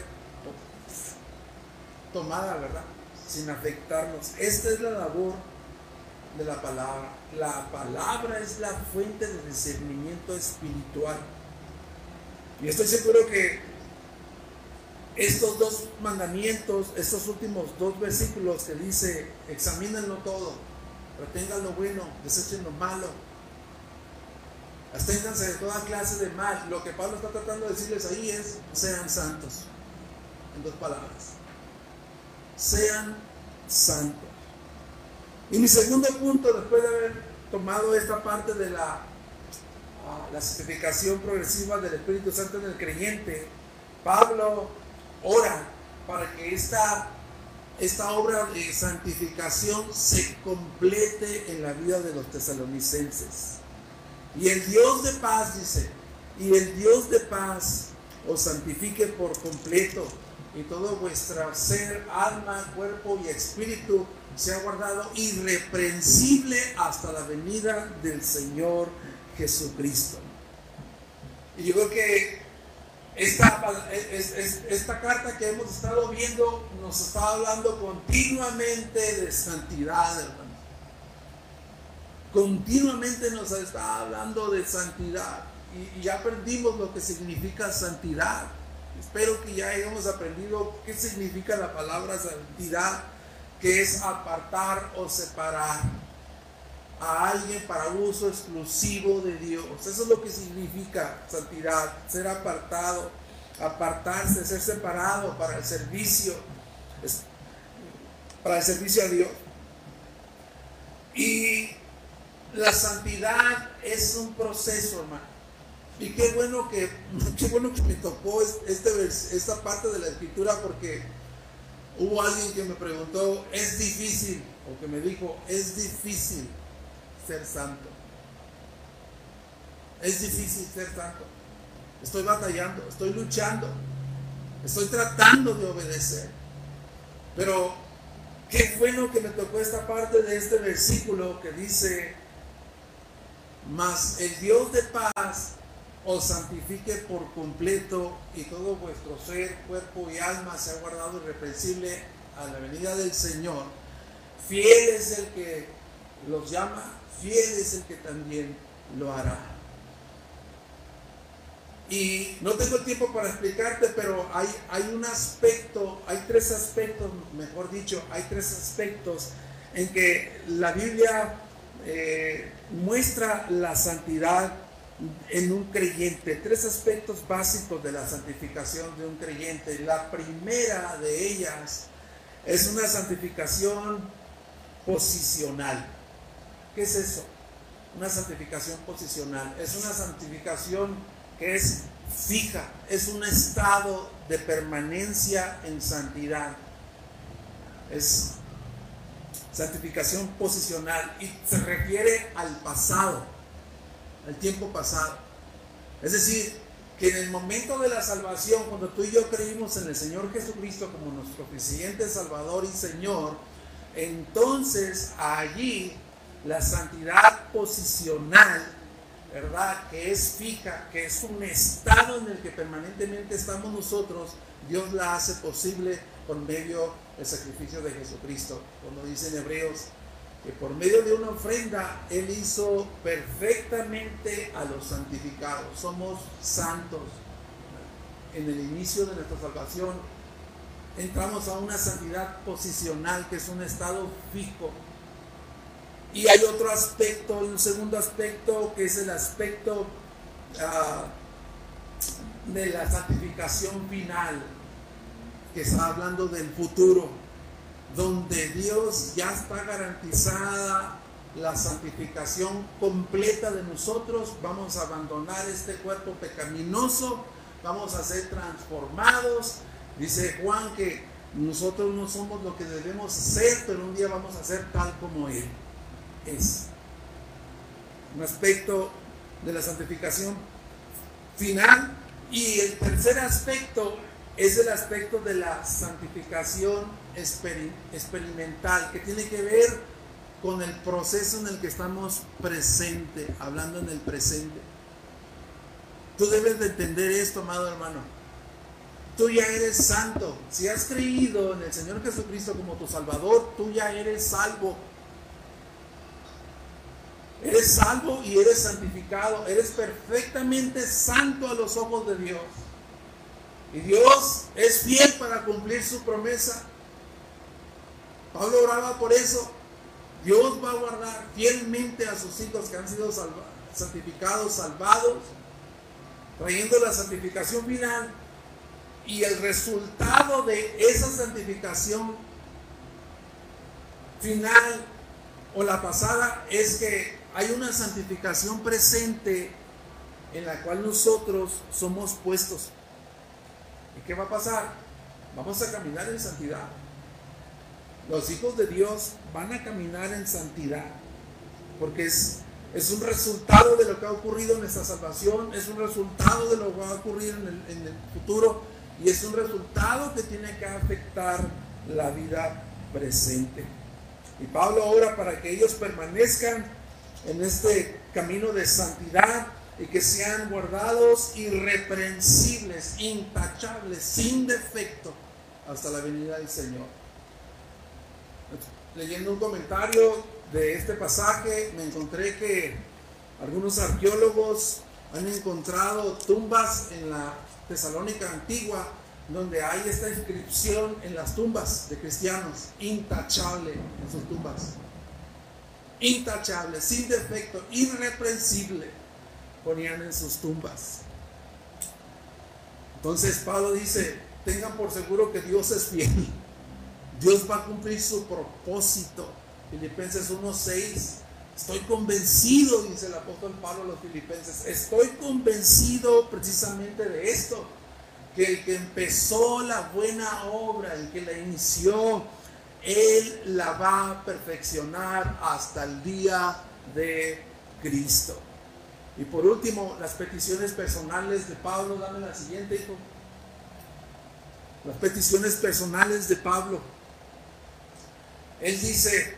tomada, ¿verdad? Sin afectarnos. Esta es la labor de la palabra. La palabra es la fuente de discernimiento espiritual. Y estoy seguro que estos dos mandamientos, estos últimos dos versículos que dice, examínenlo todo, retengan lo bueno, desechen lo malo, absténganse de toda clase de mal. Lo que Pablo está tratando de decirles ahí es, sean santos, en dos palabras. Sean santos. Y mi segundo punto, después de haber tomado esta parte de la, uh, la santificación progresiva del Espíritu Santo en el creyente, Pablo ora para que esta, esta obra de santificación se complete en la vida de los tesalonicenses. Y el Dios de paz, dice, y el Dios de paz os santifique por completo, y todo vuestro ser, alma, cuerpo y espíritu sea guardado irreprensible hasta la venida del Señor Jesucristo. Y yo creo que esta, esta carta que hemos estado viendo nos está hablando continuamente de santidad, hermano. Continuamente nos está hablando de santidad. Y, y ya aprendimos lo que significa santidad. Espero que ya hayamos aprendido qué significa la palabra santidad, que es apartar o separar a alguien para uso exclusivo de Dios. Eso es lo que significa santidad, ser apartado, apartarse, ser separado para el servicio, para el servicio a Dios. Y la santidad es un proceso, hermano. Y qué bueno que, qué bueno que me tocó este, esta parte de la escritura, porque hubo alguien que me preguntó, ¿es difícil? O que me dijo, es difícil ser santo. Es difícil ser santo. Estoy batallando, estoy luchando, estoy tratando de obedecer. Pero qué bueno que me tocó esta parte de este versículo que dice, mas el Dios de paz os santifique por completo, y todo vuestro ser, cuerpo y alma sea guardado irreprensible a la venida del Señor. Fiel es el que los llama, fiel es el que también lo hará. Y no tengo el tiempo para explicarte, pero hay, hay un aspecto, hay tres aspectos, mejor dicho, hay tres aspectos en que la Biblia eh, muestra la santidad en un creyente. Tres aspectos básicos de la santificación de un creyente. La primera de ellas es una santificación posicional. ¿Qué es eso? Una santificación posicional. Es una santificación que es fija, es un estado de permanencia en santidad. Es santificación posicional y se refiere al pasado, al tiempo pasado. Es decir, que en el momento de la salvación, cuando tú y yo creímos en el Señor Jesucristo como nuestro suficiente Salvador y Señor, entonces allí la santidad posicional, ¿verdad?, que es fija, que es un estado en el que permanentemente estamos nosotros, Dios la hace posible por medio del sacrificio de Jesucristo. Cuando dice en Hebreos que por medio de una ofrenda Él hizo perfectamente a los santificados. Somos santos. En el inicio de nuestra salvación entramos a una santidad posicional, que es un estado fijo. Y hay otro aspecto, un segundo aspecto, que es el aspecto uh, de la santificación final, que está hablando del futuro, donde Dios ya está garantizada la santificación completa de nosotros. Vamos a abandonar este cuerpo pecaminoso, vamos a ser transformados. Dice Juan que nosotros no somos lo que debemos ser, pero un día vamos a ser tal como Él es. Un aspecto de la santificación final Y el tercer aspecto es el aspecto de la santificación experimental, que tiene que ver con el proceso en el que estamos presente, hablando en el presente. Tú debes de entender esto, amado hermano. Tú ya eres santo. Si has creído en el Señor Jesucristo como tu Salvador, tú ya eres salvo. Eres salvo y eres santificado. Eres perfectamente santo a los ojos de Dios. Y Dios es fiel para cumplir su promesa. Pablo oraba por eso. Dios va a guardar fielmente a sus hijos que han sido salvados, santificados, salvados, trayendo la santificación final. Y el resultado de esa santificación final o la pasada es que hay una santificación presente en la cual nosotros somos puestos. ¿Y qué va a pasar? Vamos a caminar en santidad. Los hijos de Dios van a caminar en santidad, porque es, es un resultado de lo que ha ocurrido en nuestra salvación, es un resultado de lo que va a ocurrir en el, en el futuro, y es un resultado que tiene que afectar la vida presente. Y Pablo ora para que ellos permanezcan en este camino de santidad y que sean guardados irreprensibles, intachables, sin defecto, hasta la venida del Señor. Leyendo un comentario de este pasaje, me encontré que algunos arqueólogos han encontrado tumbas en la Tesalónica antigua donde hay esta inscripción en las tumbas de cristianos: intachable en sus tumbas. Intachable, sin defecto, irreprensible, ponían en sus tumbas. Entonces Pablo dice: tengan por seguro que Dios es fiel. Dios va a cumplir su propósito. Filipenses uno seis. Estoy convencido, dice el apóstol Pablo a los filipenses, estoy convencido precisamente de esto, que el que empezó la buena obra, el que la inició, Él la va a perfeccionar hasta el día de Cristo. Y por último, las peticiones personales de Pablo. Dame la siguiente, hijo. Las peticiones personales de Pablo. Él dice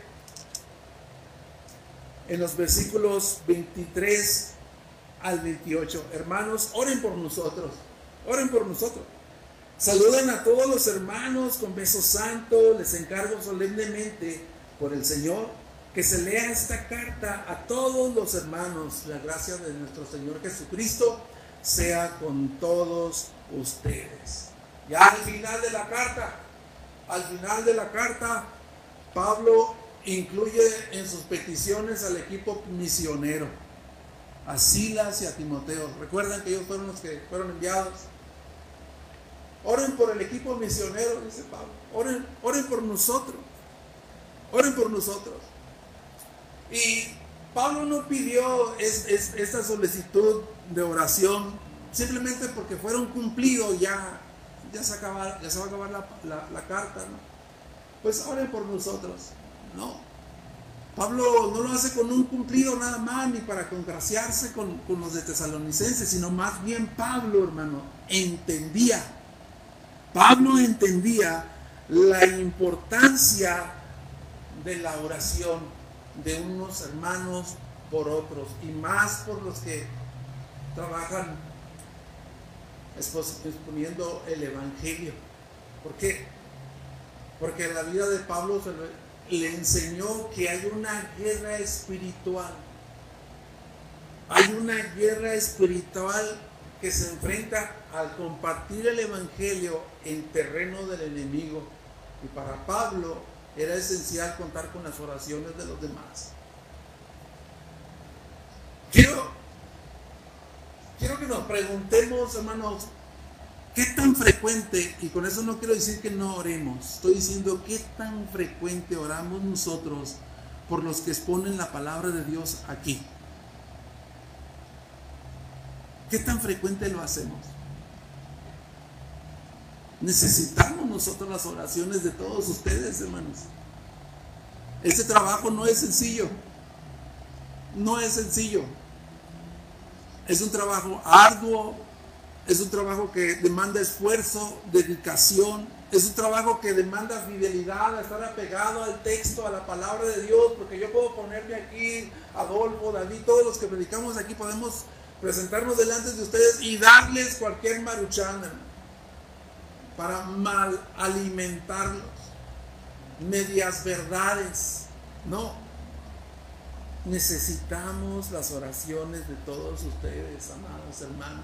en los versículos veintitrés al veintiocho: hermanos, oren por nosotros, oren por nosotros. Saluden a todos los hermanos con beso santo. Les encargo solemnemente por el Señor que se lea esta carta a todos los hermanos. La gracia de nuestro Señor Jesucristo sea con todos ustedes. Ya al final de la carta, al final de la carta, Pablo incluye en sus peticiones al equipo misionero, a Silas y a Timoteo. Recuerdan que ellos fueron los que fueron enviados. Oren por el equipo misionero, dice Pablo. Oren, oren por nosotros. Oren por nosotros. Y Pablo no pidió es, es, esta solicitud de oración simplemente porque fueron cumplidos, ya, ya, se, acaba, ya se va a acabar la, la, la carta, ¿no? Pues oren por nosotros. No. Pablo no lo hace con un cumplido nada más, ni para congraciarse con, con los de Tesalonicenses, sino más bien Pablo, hermano, entendía. Pablo entendía la importancia de la oración de unos hermanos por otros, y más por los que trabajan exponiendo el Evangelio. ¿Por qué? Porque la vida de Pablo se le, le enseñó que hay una guerra espiritual. Hay una guerra espiritual que se enfrenta al compartir el Evangelio en terreno del enemigo. Y para Pablo era esencial contar con las oraciones de los demás. Quiero, quiero que nos preguntemos, hermanos, ¿qué tan frecuente, y con eso no quiero decir que no oremos, estoy diciendo qué tan frecuente oramos nosotros por los que exponen la palabra de Dios aquí? ¿Qué tan frecuente lo hacemos? Necesitamos nosotros las oraciones de todos ustedes, hermanos. Este trabajo no es sencillo. No es sencillo. Es un trabajo arduo, Es un trabajo que demanda esfuerzo, dedicación. Es un trabajo que demanda fidelidad, a estar apegado al texto, a la palabra de Dios, porque yo puedo ponerme aquí, Adolfo, David, todos los que predicamos aquí podemos presentarnos delante de ustedes y darles cualquier maruchana para mal alimentarlos, medias verdades. No, necesitamos las oraciones de todos ustedes, amados hermanos.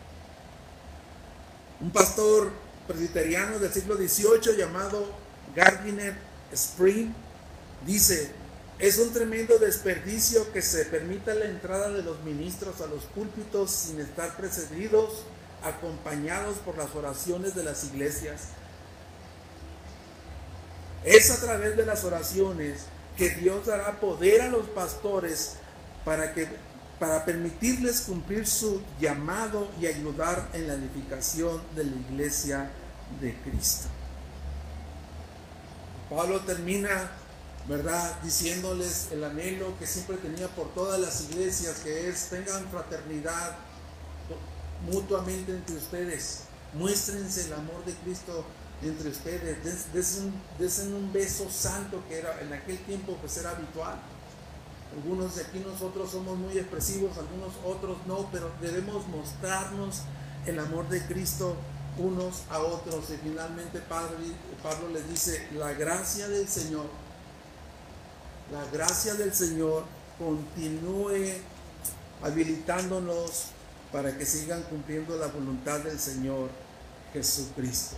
Un pastor presbiteriano del siglo dieciocho llamado Gardiner Spring dice: es un tremendo desperdicio que se permita la entrada de los ministros a los púlpitos sin estar precedidos, acompañados por las oraciones de las iglesias. Es a través de las oraciones que Dios dará poder a los pastores para que para permitirles cumplir su llamado y ayudar en la edificación de la iglesia de Cristo. Pablo termina, ¿verdad?, diciéndoles el anhelo que siempre tenía por todas las iglesias, que es: tengan fraternidad mutuamente entre ustedes, muéstrense el amor de Cristo entre ustedes, des, desen, desen un beso santo, que era en aquel tiempo pues era habitual. Algunos de aquí nosotros somos muy expresivos, algunos otros no, pero debemos mostrarnos el amor de Cristo unos a otros. Y finalmente Pablo, Pablo les dice: la gracia del Señor, la gracia del Señor continúe habilitándonos para que sigan cumpliendo la voluntad del Señor Jesucristo.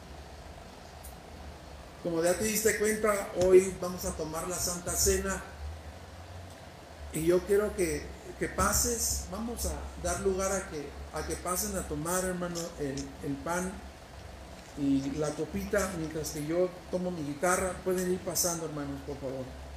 Como ya te diste cuenta, hoy vamos a tomar la Santa Cena. Y yo quiero que, que pases, vamos a dar lugar a que, a que pasen a tomar, hermano, el, el pan y la copita, mientras que yo tomo mi guitarra. Pueden ir pasando, hermanos, por favor.